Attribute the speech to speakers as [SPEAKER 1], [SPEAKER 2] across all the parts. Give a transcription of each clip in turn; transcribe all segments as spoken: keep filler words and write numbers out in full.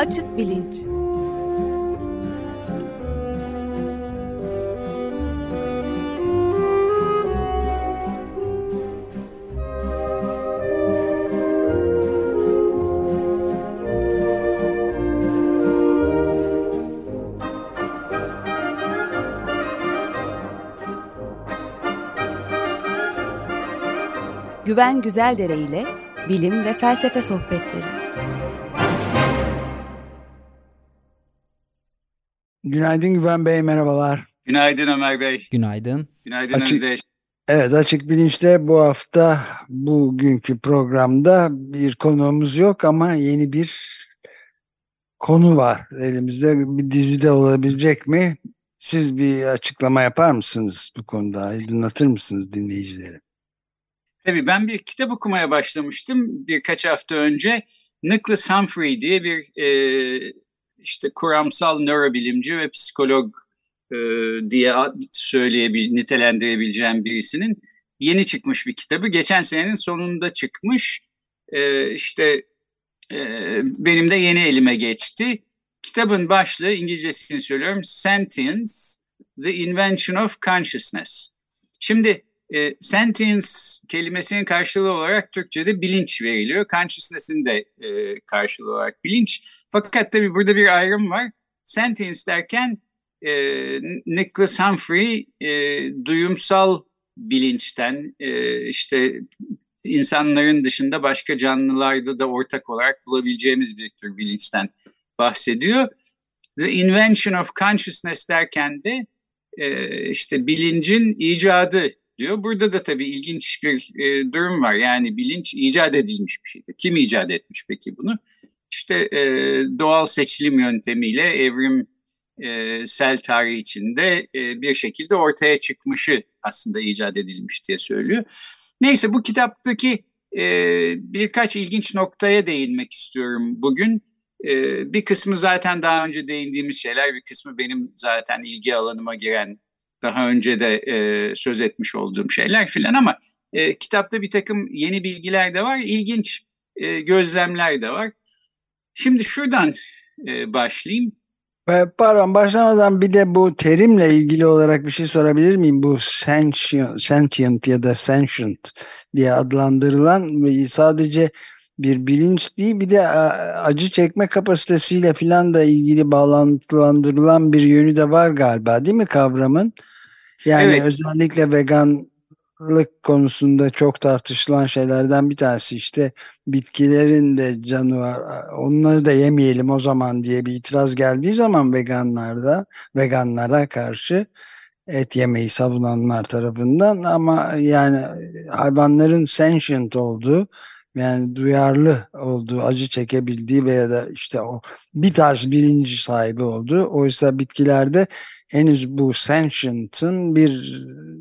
[SPEAKER 1] Açık Bilinç. Güven Güzeldere ile bilim ve felsefe sohbetleri.
[SPEAKER 2] Günaydın Güven Bey, merhabalar.
[SPEAKER 3] Günaydın Ömer Bey.
[SPEAKER 4] Günaydın.
[SPEAKER 3] Günaydın
[SPEAKER 2] Açık,
[SPEAKER 3] Özdeş.
[SPEAKER 2] evet, Açık Bilinç'te bu hafta bugünkü programda bir konuğumuz yok ama yeni bir konu var elimizde. Bir dizide olabilecek mi? Siz bir açıklama yapar mısınız bu konuda? Aydınlatır mısınız dinleyicileri?
[SPEAKER 3] Tabii ben bir kitap okumaya başlamıştım birkaç hafta önce. Nicholas Humphrey diye bir e, işte kuramsal nörobilimci ve psikolog e, diye söyleyebil, nitelendirebileceğim birisinin yeni çıkmış bir kitabı. Geçen senenin sonunda çıkmış. E, işte e, benim de yeni elime geçti. Kitabın başlığı, İngilizcesini söylüyorum, Sentience, The Invention of Consciousness. Şimdi E, sentience kelimesinin karşılığı olarak Türkçe'de bilinç veriliyor. Consciousness'in de e, karşılığı olarak bilinç. Fakat tabii burada bir ayrım var. Sentience derken e, Nicholas Humphrey e, duyumsal bilinçten e, işte insanların dışında başka canlılarda da ortak olarak bulabileceğimiz bir tür bilinçten bahsediyor. The Invention of Consciousness derken de e, işte bilincin icadı diyor. Burada da tabii ilginç bir e, durum var. Yani bilinç icat edilmiş bir şeydir. Kim icat etmiş peki bunu? İşte e, doğal seçilim yöntemiyle evrimsel tarih içinde e, bir şekilde ortaya çıkmışı aslında icat edilmiş diye söylüyor. Neyse, bu kitaptaki e, birkaç ilginç noktaya değinmek istiyorum bugün. E, bir kısmı zaten daha önce değindiğimiz şeyler, bir kısmı benim zaten ilgi alanıma giren, daha önce de e, söz etmiş olduğum şeyler filan, ama e, kitapta bir takım yeni bilgiler de var, ilginç e, gözlemler de var. Şimdi şuradan e, başlayayım.
[SPEAKER 2] Pardon, başlamadan bir de bu terimle ilgili olarak bir şey sorabilir miyim? Bu sentient, sentient ya da sentient diye adlandırılan sadece bir bilinç değil, bir de acı çekme kapasitesiyle filan da ilgili bağlantılandırılan bir yönü de var galiba, değil mi kavramın? Yani
[SPEAKER 3] Evet.
[SPEAKER 2] Özellikle veganlık konusunda çok tartışılan şeylerden bir tanesi işte bitkilerin de canı var. Onları da yemeyelim o zaman diye bir itiraz geldiği zaman veganlarda, veganlara karşı et yemeyi savunanlar tarafından, ama yani hayvanların sentient olduğu, yani duyarlı olduğu, acı çekebildiği veya da işte o bir tarz bilinci sahibi olduğu, oysa bitkilerde henüz bu sentient'ın bir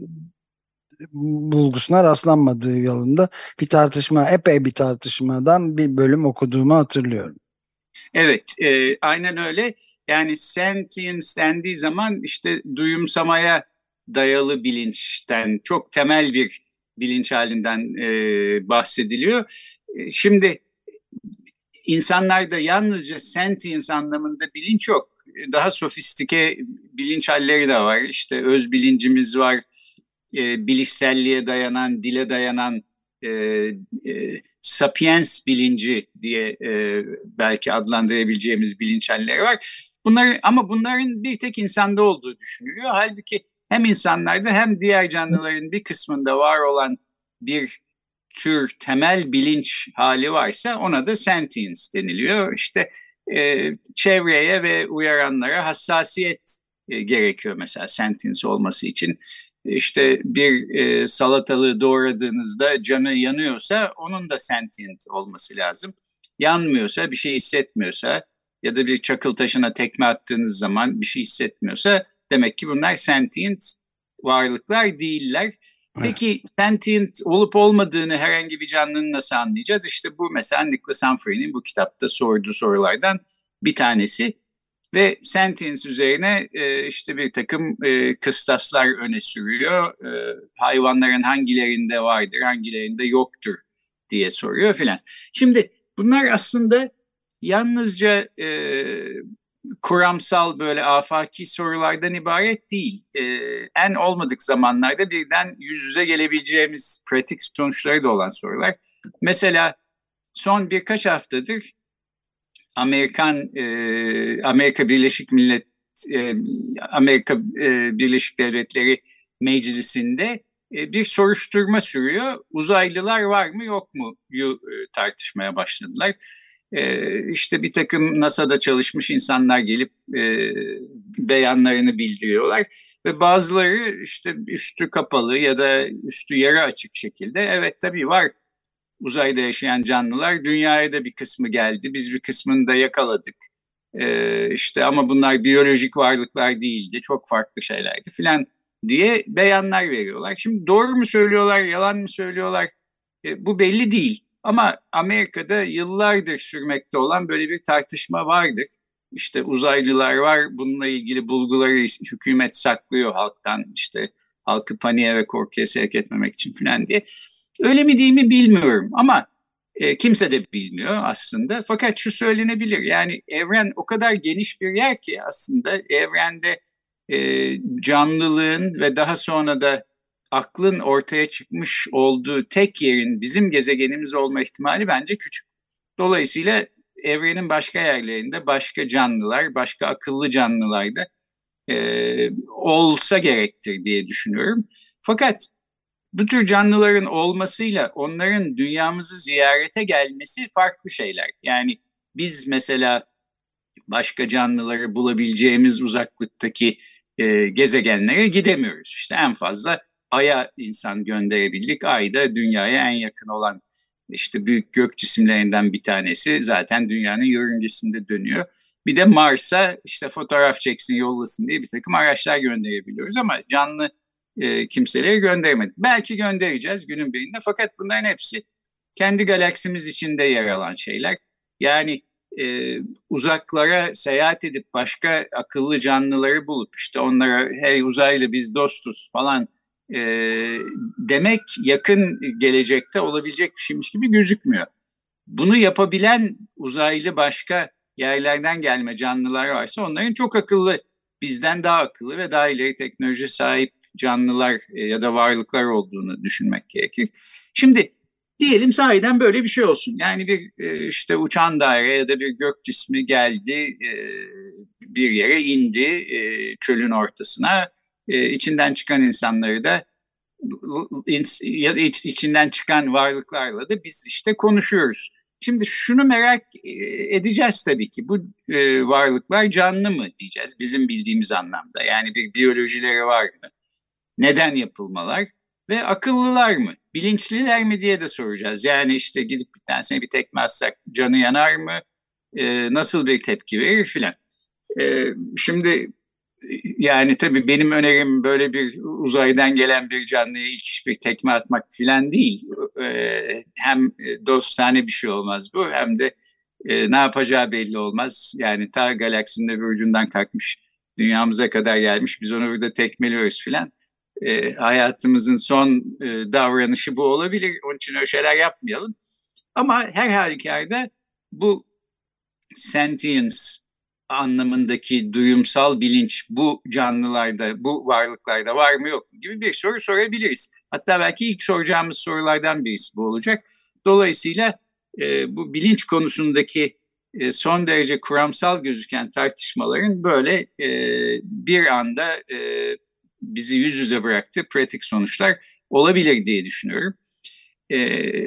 [SPEAKER 2] bulgusuna rastlanmadığı yolunda bir tartışma, epey bir tartışmadan bir bölüm okuduğumu hatırlıyorum.
[SPEAKER 3] Evet, e, aynen öyle. Yani sentience dendiği zaman işte duyumsamaya dayalı bilinçten, çok temel bir bilinç halinden e, bahsediliyor. E, şimdi insanlarda yalnızca sentience anlamında bilinç yok. Daha sofistike bilinç halleri de var. İşte öz bilincimiz var, e, bilişselliğe dayanan, dile dayanan e, e, sapiens bilinci diye e, belki adlandırabileceğimiz bilinç halleri var. Bunları, ama bunların bir tek insanda olduğu düşünülüyor. Halbuki hem insanlarda hem diğer canlıların bir kısmında var olan bir tür temel bilinç hali varsa ona da sentience deniliyor. İşte e, çevreye ve uyaranlara hassasiyet e, gerekiyor mesela sentience olması için. İşte bir e, salatalığı doğradığınızda canı yanıyorsa onun da sentient olması lazım. Yanmıyorsa, bir şey hissetmiyorsa ya da bir çakıl taşına tekme attığınız zaman bir şey hissetmiyorsa demek ki bunlar sentient varlıklar değiller. Peki sentient olup olmadığını herhangi bir canlının nasıl anlayacağız? İşte bu mesela Nicholas Humphrey'nin bu kitapta sorduğu sorulardan bir tanesi. Ve sentience üzerine e, işte bir takım e, kıstaslar öne sürüyor. E, hayvanların hangilerinde vardır, hangilerinde yoktur diye soruyor filan. Şimdi bunlar aslında yalnızca e, kuramsal böyle afaki sorulardan ibaret değil. E, en olmadık zamanlarda birden yüz yüze gelebileceğimiz pratik sonuçları da olan sorular. Mesela son birkaç haftadır Amerikan e, Amerika Birleşik Millet e, Amerika e, Birleşik Devletleri Meclisi'nde e, bir soruşturma sürüyor. Uzaylılar var mı yok mu yu, e, tartışmaya başladılar. E, işte bir takım NASA'da çalışmış insanlar gelip e, beyanlarını bildiriyorlar ve bazıları işte üstü kapalı ya da üstü yarı açık şekilde evet tabii var. Uzayda yaşayan canlılar, dünyaya da bir kısmı geldi. Biz bir kısmını da yakaladık. Ee, işte ama bunlar biyolojik varlıklar değildi. Çok farklı şeylerdi filan diye beyanlar veriyorlar. Şimdi doğru mu söylüyorlar, yalan mı söylüyorlar? E, bu belli değil. Ama Amerika'da yıllardır sürmekte olan böyle bir tartışma vardır. İşte uzaylılar var, bununla ilgili bulguları hükümet saklıyor halktan. İşte halkı paniğe ve korkuya sevk etmemek için filan diye. Öyle mi değil mi bilmiyorum ama e, kimse de bilmiyor aslında. Fakat şu söylenebilir, yani evren o kadar geniş bir yer ki aslında evrende e, canlılığın ve daha sonra da aklın ortaya çıkmış olduğu tek yerin bizim gezegenimiz olma ihtimali bence küçük. Dolayısıyla evrenin başka yerlerinde başka canlılar, başka akıllı canlılar da e, olsa gerektir diye düşünüyorum. Fakat bu tür canlıların olmasıyla onların dünyamızı ziyarete gelmesi farklı şeyler. Yani biz mesela başka canlıları bulabileceğimiz uzaklıktaki e, gezegenlere gidemiyoruz. İşte en fazla Ay'a insan gönderebildik. Ay'da dünyaya en yakın olan işte büyük gök cisimlerinden bir tanesi zaten dünyanın yörüngesinde dönüyor. Bir de Mars'a işte fotoğraf çeksin, yollasın diye bir takım araçlar gönderebiliyoruz ama canlı e, kimseleri gönderemedik. Belki göndereceğiz günün birinde fakat bunların hepsi kendi galaksimiz içinde yer alan şeyler. Yani e, uzaklara seyahat edip başka akıllı canlıları bulup işte onlara hey uzaylı biz dostuz falan e, demek yakın gelecekte olabilecek bir şeymiş gibi gözükmüyor. Bunu yapabilen uzaylı başka yerlerden gelme canlılar varsa onların çok akıllı, bizden daha akıllı ve daha ileri teknoloji sahip canlılar ya da varlıklar olduğunu düşünmek gerekir. Şimdi diyelim sahiden böyle bir şey olsun. Yani bir işte uçan daire ya da bir gök cismi geldi, bir yere indi çölün ortasına. İçinden çıkan insanları da ya da içinden çıkan varlıklarla da biz işte konuşuyoruz. Şimdi şunu merak edeceğiz tabii ki. Bu varlıklar canlı mı diyeceğiz bizim bildiğimiz anlamda. Yani bir biyolojileri var mı? Neden yapılmalar? Ve akıllılar mı? Bilinçliler mi diye de soracağız. Yani işte gidip bir tanesine bir tekme atsak canı yanar mı? E, nasıl bir tepki verir filan. E, şimdi yani tabii benim önerim böyle bir uzaydan gelen bir canlıya ilk iş bir tekme atmak filan değil. E, hem dostane bir şey olmaz bu hem de e, ne yapacağı belli olmaz. Yani ta galaksinin öbür ucundan kalkmış dünyamıza kadar gelmiş biz onu burada tekmeliyoruz filan. E, hayatımızın son e, davranışı bu olabilir. Onun için öyle şeyler yapmayalım. Ama her halükarda bu sentience anlamındaki duyumsal bilinç bu canlılarda, bu varlıklarda var mı yok mu gibi bir soru sorabiliriz. Hatta belki ilk soracağımız sorulardan birisi bu olacak. Dolayısıyla e, bu bilinç konusundaki e, son derece kuramsal gözüken tartışmaların böyle e, bir anda e, bizi yüz yüze bıraktığı pratik sonuçlar olabilir diye düşünüyorum. E,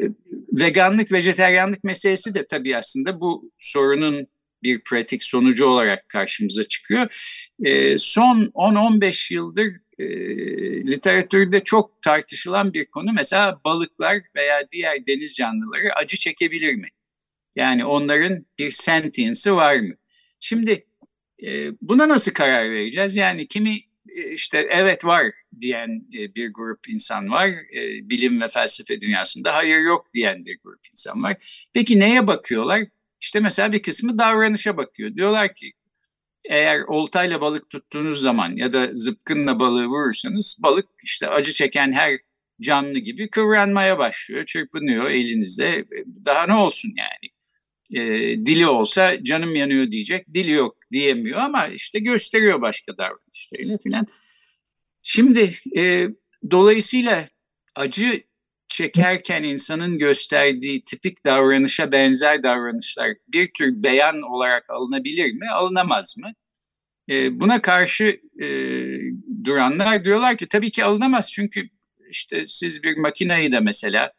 [SPEAKER 3] veganlık, vejeteryanlık meselesi de tabii aslında bu sorunun bir pratik sonucu olarak karşımıza çıkıyor. E, son on on beş yıldır e, literatürde çok tartışılan bir konu. Mesela balıklar veya diğer deniz canlıları acı çekebilir mi? Yani onların bir sentience'ı var mı? Şimdi e, buna nasıl karar vereceğiz? Yani kimi e, işte evet var diyen e, bir grup insan var. E, bilim ve felsefe dünyasında hayır yok diyen bir grup insan var. Peki neye bakıyorlar? İşte mesela bir kısmı davranışa bakıyor. Diyorlar ki eğer oltayla balık tuttuğunuz zaman ya da zıpkınla balığı vurursanız balık işte acı çeken her canlı gibi kıvranmaya başlıyor, çırpınıyor elinizde. Daha ne olsun yani? E, dili olsa canım yanıyor diyecek. Dili yok diyemiyor ama işte gösteriyor başka davranışlarıyla filan. Şimdi e, dolayısıyla acı çekerken insanın gösterdiği tipik davranışa benzer davranışlar bir tür beyan olarak alınabilir mi, alınamaz mı? E, buna karşı e, duranlar diyorlar ki tabii ki alınamaz. Çünkü işte siz bir makineyi de mesela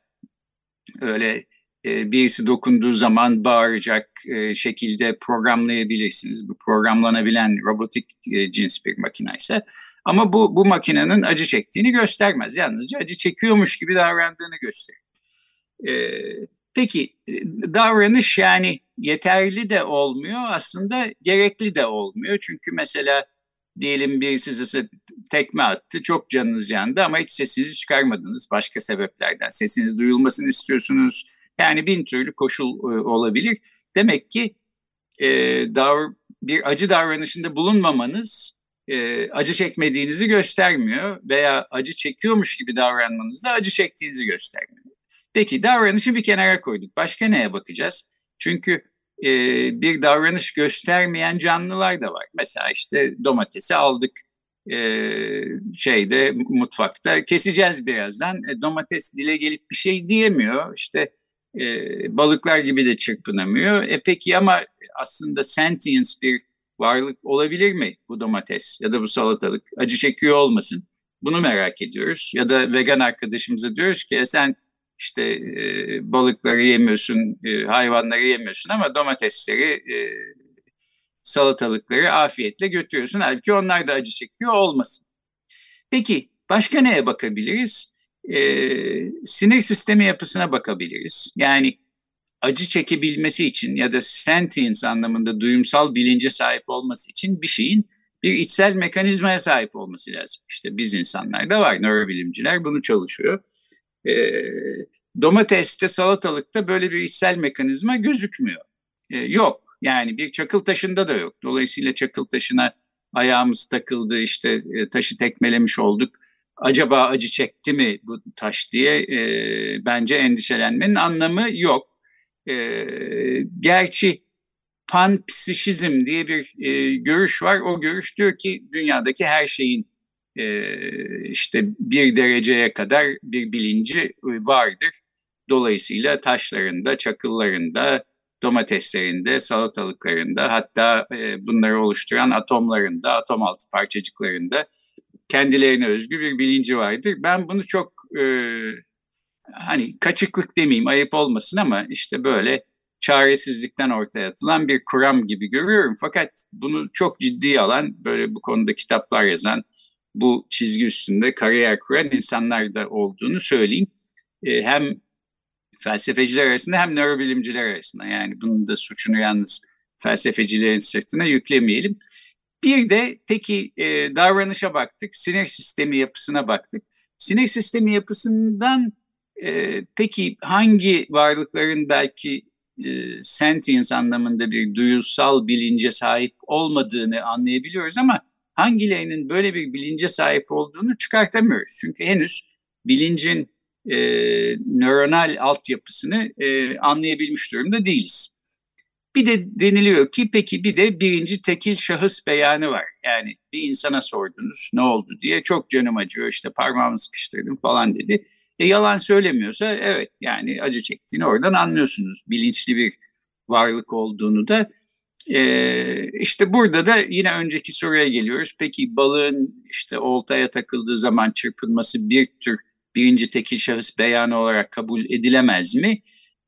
[SPEAKER 3] öyle e, birisi dokunduğu zaman bağıracak e, şekilde programlayabilirsiniz. Bu programlanabilen robotik e, cins bir makine ise. Ama bu, bu makinenin acı çektiğini göstermez. Yalnızca acı çekiyormuş gibi davrandığını gösterir. E, peki davranış yani yeterli de olmuyor, aslında gerekli de olmuyor. Çünkü mesela diyelim birisi size tekme attı, çok canınız yandı ama hiç sesinizi çıkarmadınız başka sebeplerden. Sesiniz duyulmasını istiyorsunuz. Yani bin türlü koşul e, olabilir. Demek ki e, davr bir acı davranışında bulunmamanız e, acı çekmediğinizi göstermiyor veya acı çekiyormuş gibi davranmanız da acı çektiğinizi göstermiyor. Peki davranışı bir kenara koyduk. Başka neye bakacağız? Çünkü e, bir davranış göstermeyen canlılar da var. Mesela işte domatesi aldık e, şeyde mutfakta keseceğiz birazdan. E, domates dile gelip bir şey diyemiyor. İşte e, balıklar gibi de çırpınamıyor. E peki ama aslında sentience bir varlık olabilir mi bu domates ya da bu salatalık? Acı çekiyor olmasın. Bunu merak ediyoruz. Ya da vegan arkadaşımıza diyoruz ki e sen işte e, balıkları yemiyorsun, e, hayvanları yemiyorsun ama domatesleri, e, salatalıkları afiyetle götürüyorsun. Halbuki onlar da acı çekiyor olmasın. Peki başka neye bakabiliriz? E, sinir sistemi yapısına bakabiliriz. Yani acı çekebilmesi için ya da sentience anlamında duyumsal bilince sahip olması için bir şeyin bir içsel mekanizmaya sahip olması lazım. İşte biz insanlarda var, nörobilimciler bunu çalışıyor. E, domateste, salatalıkta böyle bir içsel mekanizma gözükmüyor. E, yok. Yani bir çakıl taşında da yok. Dolayısıyla çakıl taşına ayağımız takıldı, işte e, taşı tekmelemiş olduk. Acaba acı çekti mi bu taş diye e, bence endişelenmenin anlamı yok. E, gerçi panpsişizm diye bir e, görüş var. O görüş diyor ki dünyadaki her şeyin e, işte bir dereceye kadar bir bilinci vardır. Dolayısıyla taşlarında, çakıllarında, domateslerinde, salatalıklarında, hatta e, bunları oluşturan atomlarında, atom altı parçacıklarında kendilerine özgü bir bilinci vardır. Ben bunu çok e, hani kaçıklık demeyeyim, ayıp olmasın ama işte böyle çaresizlikten ortaya atılan bir kuram gibi görüyorum. Fakat bunu çok ciddiye alan, böyle bu konuda kitaplar yazan, bu çizgi üstünde kariyer kuran insanlar da olduğunu söyleyeyim. E, hem felsefeciler arasında hem nörobilimciler arasında. Yani bunun da suçunu yalnız felsefecilerin sırtına yüklemeyelim. Bir de peki e, davranışa baktık, sinir sistemi yapısına baktık. Sinir sistemi yapısından e, peki hangi varlıkların belki e, sentience anlamında bir duyusal bilince sahip olmadığını anlayabiliyoruz ama hangilerinin böyle bir bilince sahip olduğunu çıkartamıyoruz. Çünkü henüz bilincin e, nöronal altyapısını e, anlayabilmiş durumda değiliz. Bir de deniliyor ki peki bir de birinci tekil şahıs beyanı var. Yani bir insana sordunuz ne oldu diye, çok canım acıyor işte parmağımı sıkıştırdım falan dedi. E yalan söylemiyorsa evet yani acı çektiğini oradan anlıyorsunuz. Bilinçli bir varlık olduğunu da. E, işte burada da yine önceki soruya geliyoruz. Peki balığın işte oltaya takıldığı zaman çırpınması bir tür birinci tekil şahıs beyanı olarak kabul edilemez mi?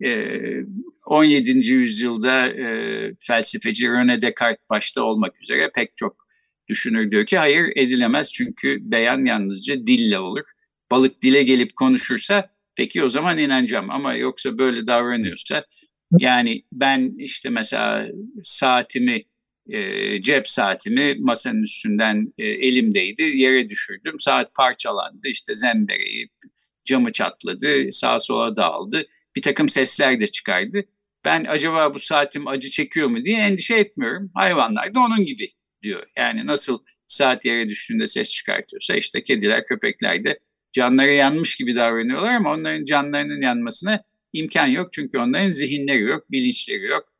[SPEAKER 3] on yedinci yüzyılda e, felsefeci René Descartes başta olmak üzere pek çok düşünür diyor ki hayır edilemez çünkü beyan yalnızca dille olur. Balık dile gelip konuşursa peki o zaman inanacağım ama yoksa böyle davranıyorsa yani ben işte mesela saatimi e, cep saatimi masanın üstünden e, elimdeydi yere düşürdüm saat parçalandı işte zembereği camı çatladı sağa sola dağıldı. Bir takım sesler de çıkardı. Ben acaba bu saatim acı çekiyor mu diye endişe etmiyorum. Hayvanlar da onun gibi diyor. Yani nasıl saat yere düştüğünde ses çıkartıyorsa işte kediler, köpekler de canları yanmış gibi davranıyorlar ama onların canlarının yanmasına imkan yok. Çünkü onların zihinleri yok, bilinçleri yok.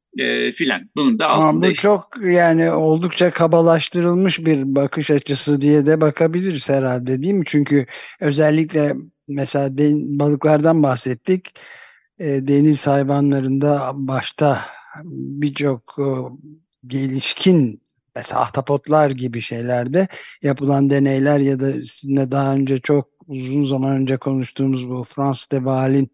[SPEAKER 3] e, filan. Bunun da
[SPEAKER 2] Ama
[SPEAKER 3] altında
[SPEAKER 2] bu
[SPEAKER 3] işte.
[SPEAKER 2] çok yani oldukça kabalaştırılmış bir bakış açısı diye de bakabiliriz herhalde, değil mi? Çünkü özellikle mesela de, balıklardan bahsettik. E, deniz hayvanlarında başta birçok e, gelişkin, mesela ahtapotlar gibi şeylerde yapılan deneyler ya da sizinle daha önce çok uzun zaman önce konuştuğumuz bu Frans de Waal'in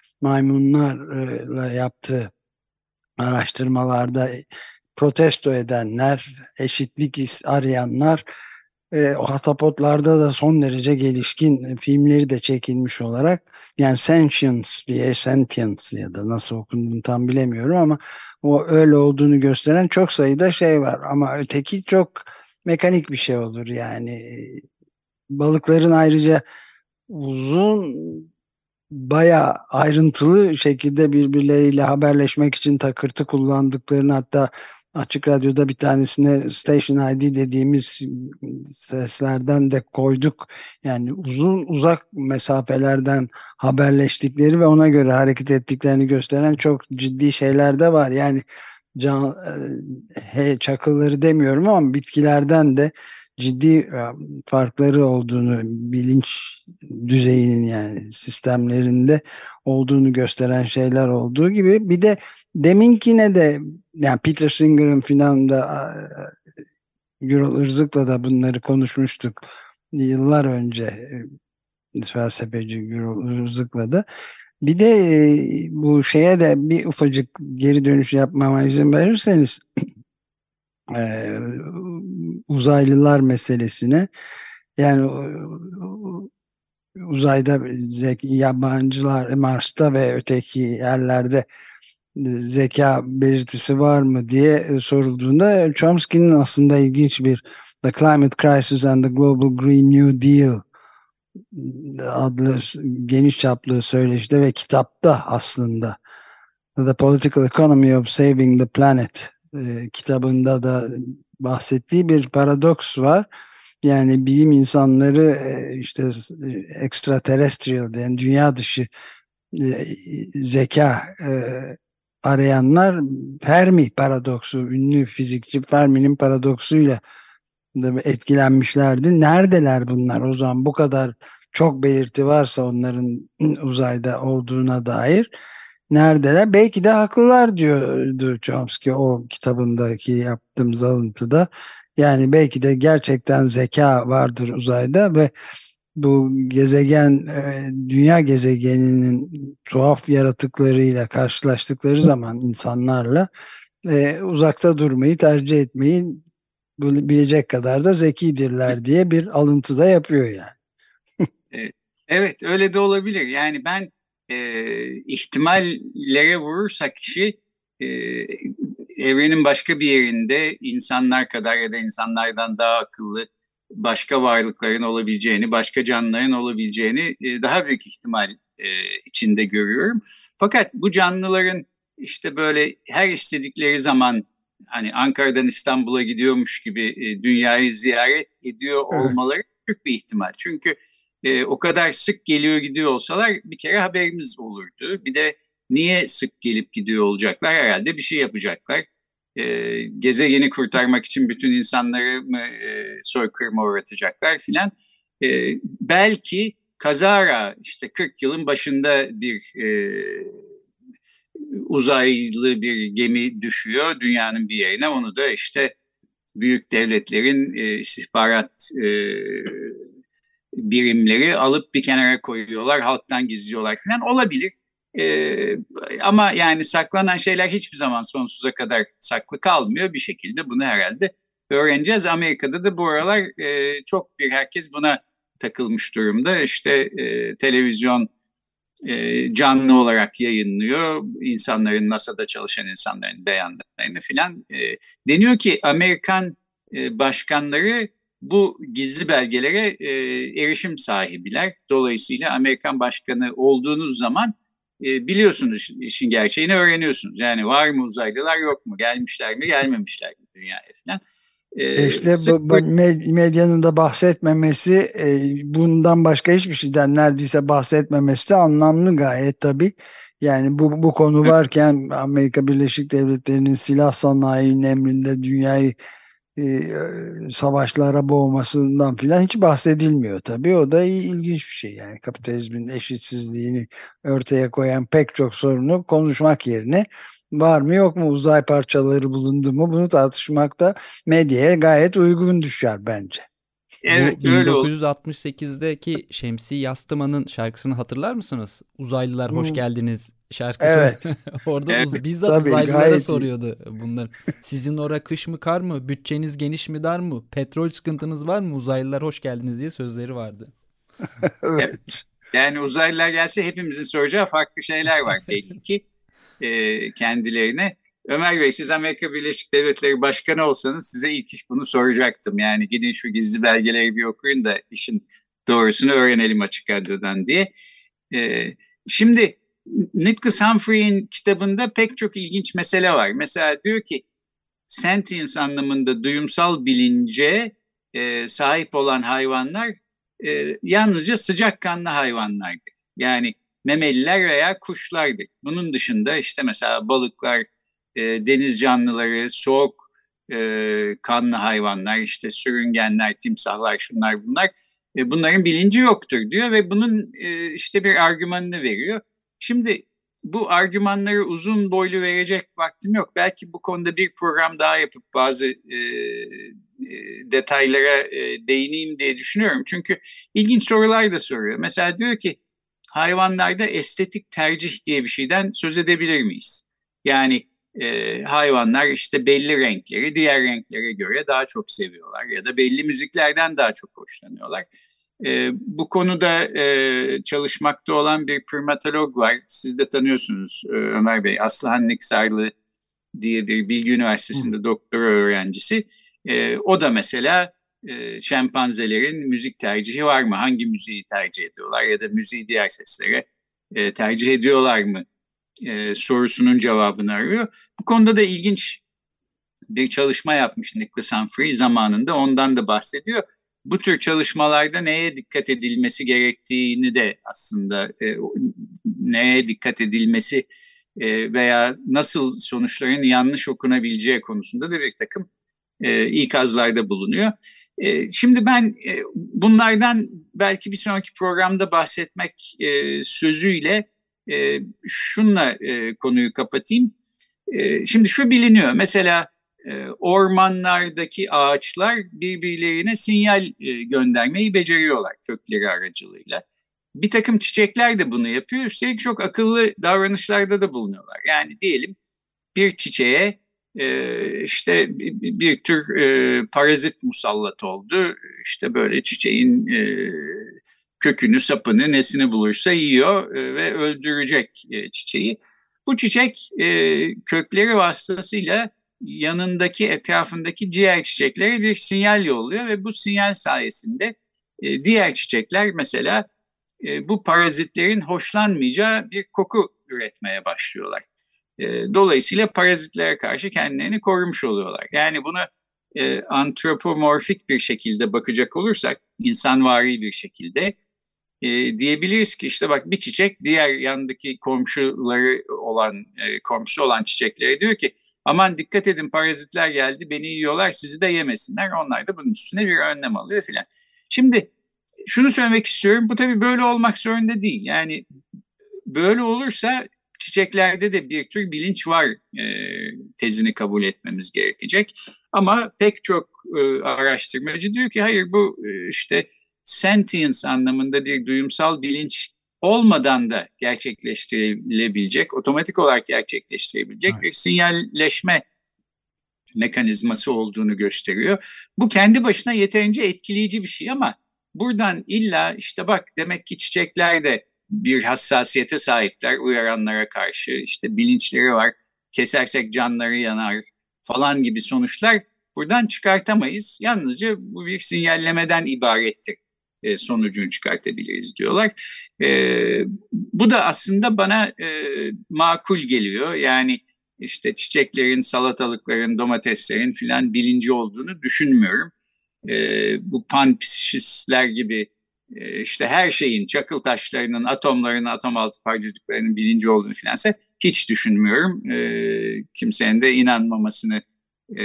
[SPEAKER 2] maymunlarla yaptığı araştırmalarda protesto edenler, eşitlik is- arayanlar, e, o ahtapotlarda da son derece gelişkin filmleri de çekilmiş olarak, yani Sentience diye, Sentience ya da nasıl okunduğunu tam bilemiyorum ama o öyle olduğunu gösteren çok sayıda şey var, ama öteki çok mekanik bir şey olur yani. Balıkların ayrıca uzun, bayağı ayrıntılı şekilde birbirleriyle haberleşmek için takırtı kullandıklarını, hatta Açık Radyo'da bir tanesine Station I D dediğimiz seslerden de koyduk. Yani uzun uzak mesafelerden haberleştikleri ve ona göre hareket ettiklerini gösteren çok ciddi şeyler de var. Yani can, e, he, çakılları demiyorum ama bitkilerden de ciddi e, farkları olduğunu, bilinç düzeyinin yani sistemlerinde olduğunu gösteren şeyler olduğu gibi, bir de deminkine de, yani Peter Singer'ın filan da e, Gürol Irzık'la da bunları konuşmuştuk yıllar önce, e, felsefeci Gürol Irzık'la da. Bir de e, bu şeye de bir ufacık geri dönüş yapmama izin verirseniz, e, uzaylılar meselesine, yani o- uzayda zeki, yabancılar Mars'ta ve öteki yerlerde e, zeka belirtisi var mı diye e, sorulduğunda, Chomsky'nin aslında ilginç bir The Climate Crisis and the Global Green New Deal adlı geniş çaplı söyleşide ve kitapta, aslında The Political Economy of Saving the Planet e, kitabında da bahsettiği bir paradoks var. Yani bilim insanları e, işte e, extraterrestrial, yani dünya dışı e, zeka e, arayanlar, Fermi paradoksu, ünlü fizikçi Fermi'nin paradoksuyla da etkilenmişlerdi. Neredeler bunlar o zaman, bu kadar çok belirti varsa onların uzayda olduğuna dair? Neredeler? Belki de haklılar diyordu Chomsky o kitabındaki yaptığımız alıntıda. Yani belki de gerçekten zeka vardır uzayda ve bu gezegen, e, dünya gezegeninin tuhaf yaratıklarıyla karşılaştıkları zaman insanlarla e, uzakta durmayı tercih etmeyi bilecek kadar da zekidirler diye bir alıntı da yapıyor yani.
[SPEAKER 3] E, Evet, öyle de olabilir. Yani ben e, ihtimallere vurursak kişi e, evrenin başka bir yerinde insanlar kadar ya da insanlardan daha akıllı başka varlıkların olabileceğini, başka canlıların olabileceğini e, daha büyük ihtimal e, içinde görüyorum. Fakat bu canlıların işte böyle her istedikleri zaman hani Ankara'dan İstanbul'a gidiyormuş gibi e, dünyayı ziyaret ediyor
[SPEAKER 2] Evet.
[SPEAKER 3] olmaları büyük bir ihtimal. Çünkü e, o kadar sık geliyor gidiyor olsalar bir kere haberimiz olurdu. Bir de niye sık gelip gidiyor olacaklar? Herhalde bir şey yapacaklar. E, gezegeni kurtarmak için bütün insanları mı e, soykırıma uğratacaklar filan. E, belki kazara işte kırk yılın başında bir e, uzaylı bir gemi düşüyor dünyanın bir yerine. Onu da işte büyük devletlerin e, istihbarat e, birimleri alıp bir kenara koyuyorlar, halktan gizliyorlar falan olabilir. Ee, ama yani saklanan şeyler hiçbir zaman sonsuza kadar saklı kalmıyor. Bir şekilde bunu herhalde öğreneceğiz. Amerika'da da bu aralar e, çok bir herkes buna takılmış durumda. İşte e, televizyon e, canlı olarak yayınlıyor. İnsanların, NASA'da çalışan insanların beyanlarını filan. E, deniyor ki Amerikan e, başkanları bu gizli belgelere e, erişim sahibiler. Dolayısıyla Amerikan başkanı olduğunuz zaman e, biliyorsunuz işin gerçeğini öğreniyorsunuz. Yani var mı uzaylılar yok mu? Gelmişler mi gelmemişler mi dünyaya falan.
[SPEAKER 2] E
[SPEAKER 3] E,
[SPEAKER 2] İşte
[SPEAKER 3] sık
[SPEAKER 2] bu, bu medyanın da bahsetmemesi, e, bundan başka hiçbir şeyden neredeyse bahsetmemesi de anlamlı gayet tabii. Yani bu, bu konu varken Amerika Birleşik Devletleri'nin silah sanayinin emrinde dünyayı e, savaşlara boğmasından filan hiç bahsedilmiyor tabii. O da ilginç bir şey. Yani kapitalizmin eşitsizliğini ortaya koyan pek çok sorunu konuşmak yerine var mı yok mu, uzay parçaları bulundu mu, bunu tartışmak da medyaya gayet uygun düşer bence.
[SPEAKER 3] Evet,
[SPEAKER 4] Bu
[SPEAKER 3] öyle oldu.
[SPEAKER 4] bin dokuz yüz altmış sekizdeki Şemsi Yastıman'ın şarkısını hatırlar mısınız? Uzaylılar hoş
[SPEAKER 2] Hmm.
[SPEAKER 4] geldiniz şarkısı.
[SPEAKER 2] Evet.
[SPEAKER 4] Orada
[SPEAKER 3] Evet.
[SPEAKER 4] uz- bizzat
[SPEAKER 2] Tabii,
[SPEAKER 4] uzaylılara
[SPEAKER 2] gayet iyi.
[SPEAKER 4] soruyordu bunlar. Sizin ora kış mı kar mı? Bütçeniz geniş mi dar mı? Petrol sıkıntınız var mı? Uzaylılar hoş geldiniz diye sözleri vardı.
[SPEAKER 2] Evet.
[SPEAKER 3] Yani uzaylılar gelse hepimizin soracağı farklı şeyler var belli ki e, kendilerine. Ömer Bey, siz Amerika Birleşik Devletleri Başkanı olsanız size ilk iş bunu soracaktım. Yani gidin şu gizli belgeleri bir okuyun da işin doğrusunu öğrenelim açık radyodan diye. E, şimdi Nicholas Humphrey'in kitabında pek çok ilginç mesele var. Mesela diyor ki sentience anlamında duyumsal bilince e, sahip olan hayvanlar e, yalnızca sıcakkanlı hayvanlardır. Yani memeliler veya kuşlardır. Bunun dışında işte mesela balıklar, e, deniz canlıları, soğuk e, kanlı hayvanlar, işte sürüngenler, timsahlar, şunlar bunlar, e, bunların bilinci yoktur diyor ve bunun e, işte bir argümanını veriyor. Şimdi bu argümanları uzun boylu verecek vaktim yok. Belki bu konuda bir program daha yapıp bazı e, e, detaylara e, değineyim diye düşünüyorum. Çünkü ilginç sorular da soruyor. Mesela diyor ki hayvanlarda estetik tercih diye bir şeyden söz edebilir miyiz? Yani e, hayvanlar işte belli renkleri diğer renklere göre daha çok seviyorlar ya da belli müziklerden daha çok hoşlanıyorlar. E, bu konuda e, çalışmakta olan bir primatolog var. Siz de tanıyorsunuz e, Ömer Bey. Aslıhan Niksarlı diye bir Bilgi Üniversitesi'nde doktora öğrencisi. E, o da mesela e, şempanzelerin müzik tercihi var mı? Hangi müziği tercih ediyorlar ya da müziği diğer seslere e, tercih ediyorlar mı? E, sorusunun cevabını arıyor. Bu konuda da ilginç bir çalışma yapmış Nicholas Humphrey zamanında, ondan da bahsediyor. Bu tür çalışmalarda neye dikkat edilmesi gerektiğini de aslında e, neye dikkat edilmesi e, veya nasıl sonuçların yanlış okunabileceği konusunda da bir takım e, ikazlarda bulunuyor. E, şimdi ben e, bunlardan belki bir sonraki programda bahsetmek e, sözüyle e, şunla e, konuyu kapatayım. E, şimdi şu biliniyor, mesela e, ormanlardaki ağaçlar birbirlerine sinyal e, göndermeyi beceriyorlar kökleri aracılığıyla. Bir takım çiçekler de bunu yapıyor. Üstelik çok akıllı davranışlarda da bulunuyorlar. Yani diyelim bir çiçeğe e, işte bir, bir tür e, parazit musallat oldu. İşte böyle çiçeğin e, kökünü, sapını, nesini bulursa yiyor e, ve öldürecek e, çiçeği. Bu çiçek e, kökleri vasıtasıyla yanındaki, etrafındaki diğer çiçeklere bir sinyal yolluyor ve bu sinyal sayesinde e, diğer çiçekler mesela e, bu parazitlerin hoşlanmayacağı bir koku üretmeye başlıyorlar. E, dolayısıyla parazitlere karşı kendilerini korumuş oluyorlar. Yani bunu e, antropomorfik bir şekilde bakacak olursak, insanvari bir şekilde e, diyebiliriz ki işte bak, bir çiçek diğer yandaki komşuları olan, e, komşusu olan çiçeklere diyor ki aman dikkat edin, parazitler geldi, beni yiyorlar, sizi de yemesinler. Onlar da bunun üstüne bir önlem alıyor filan. Şimdi şunu söylemek istiyorum, bu tabii böyle olmak zorunda değil. Yani böyle olursa çiçeklerde de bir tür bilinç var e, tezini kabul etmemiz gerekecek. Ama pek çok e, araştırmacı diyor ki hayır, bu e, işte sentience anlamında bir duyumsal bilinç olmadan da gerçekleştirilebilecek, otomatik olarak gerçekleştirebilecek evet. bir sinyalleşme mekanizması olduğunu gösteriyor. Bu kendi başına yeterince etkileyici bir şey ama buradan illa işte bak demek ki çiçekler de bir hassasiyete sahipler uyaranlara karşı, işte bilinçleri var, kesersek canları yanar falan gibi sonuçlar buradan çıkartamayız. Yalnızca bu bir sinyallemeden ibarettir e, sonucunu çıkartabiliriz diyorlar. E, bu da aslında bana e, makul geliyor. Yani işte çiçeklerin, salatalıkların, domateslerin filan bilinci olduğunu düşünmüyorum. E, bu panpsişistler gibi e, işte her şeyin, çakıl taşlarının, atomların, atom altı parçacıklarının bilinci olduğunu filansa hiç düşünmüyorum. E, kimsenin de inanmamasını e,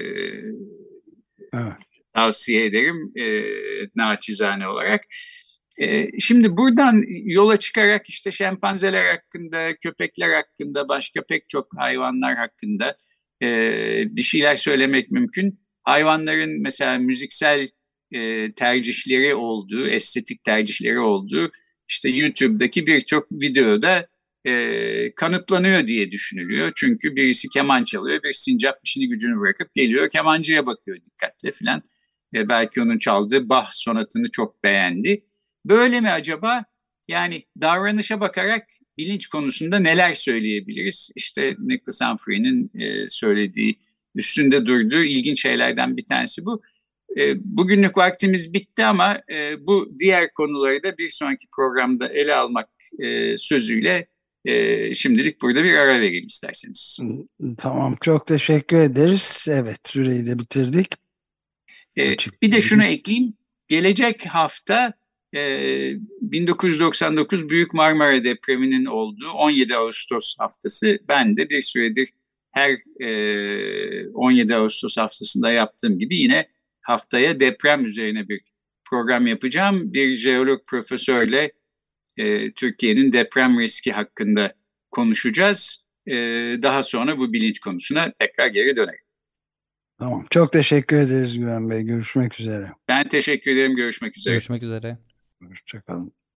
[SPEAKER 2] Evet.
[SPEAKER 3] tavsiye ederim e, naçizane olarak. E, şimdi buradan yola çıkarak işte şempanzeler hakkında, köpekler hakkında, başka pek çok hayvanlar hakkında e, bir şeyler söylemek mümkün. Hayvanların mesela müziksel e, tercihleri olduğu, estetik tercihleri olduğu işte YouTube'daki birçok videoda e, kanıtlanıyor diye düşünülüyor. Çünkü birisi keman çalıyor, bir sincap işini gücünü bırakıp geliyor, kemancıya bakıyor dikkatle filan. E, belki onun çaldığı Bach sonatını çok beğendi. Böyle mi acaba? Yani davranışa bakarak bilinç konusunda neler söyleyebiliriz? İşte Nicholas Humphrey'nin e, söylediği, üstünde durduğu ilginç şeylerden bir tanesi bu. E, bugünlük vaktimiz bitti ama e, bu diğer konuları da bir sonraki programda ele almak e, sözüyle e, şimdilik burada bir ara verelim isterseniz.
[SPEAKER 2] Tamam, çok teşekkür ederiz. Evet, süreyi de bitirdik.
[SPEAKER 3] E, bir de şunu ekleyeyim. Gelecek hafta e, bin dokuz yüz doksan dokuz Büyük Marmara Depremi'nin olduğu on yedi Ağustos haftası. Ben de bir süredir her e, on yedi Ağustos haftasında yaptığım gibi yine haftaya deprem üzerine bir program yapacağım. Bir jeolog profesörle e, Türkiye'nin deprem riski hakkında konuşacağız. E, daha sonra bu bilinç konusuna tekrar geri dönelim.
[SPEAKER 2] Tamam. Çok teşekkür ederiz Güven Bey. Görüşmek üzere.
[SPEAKER 3] Ben teşekkür ederim. Görüşmek üzere.
[SPEAKER 4] Görüşmek üzere.
[SPEAKER 2] Hoşçakalın.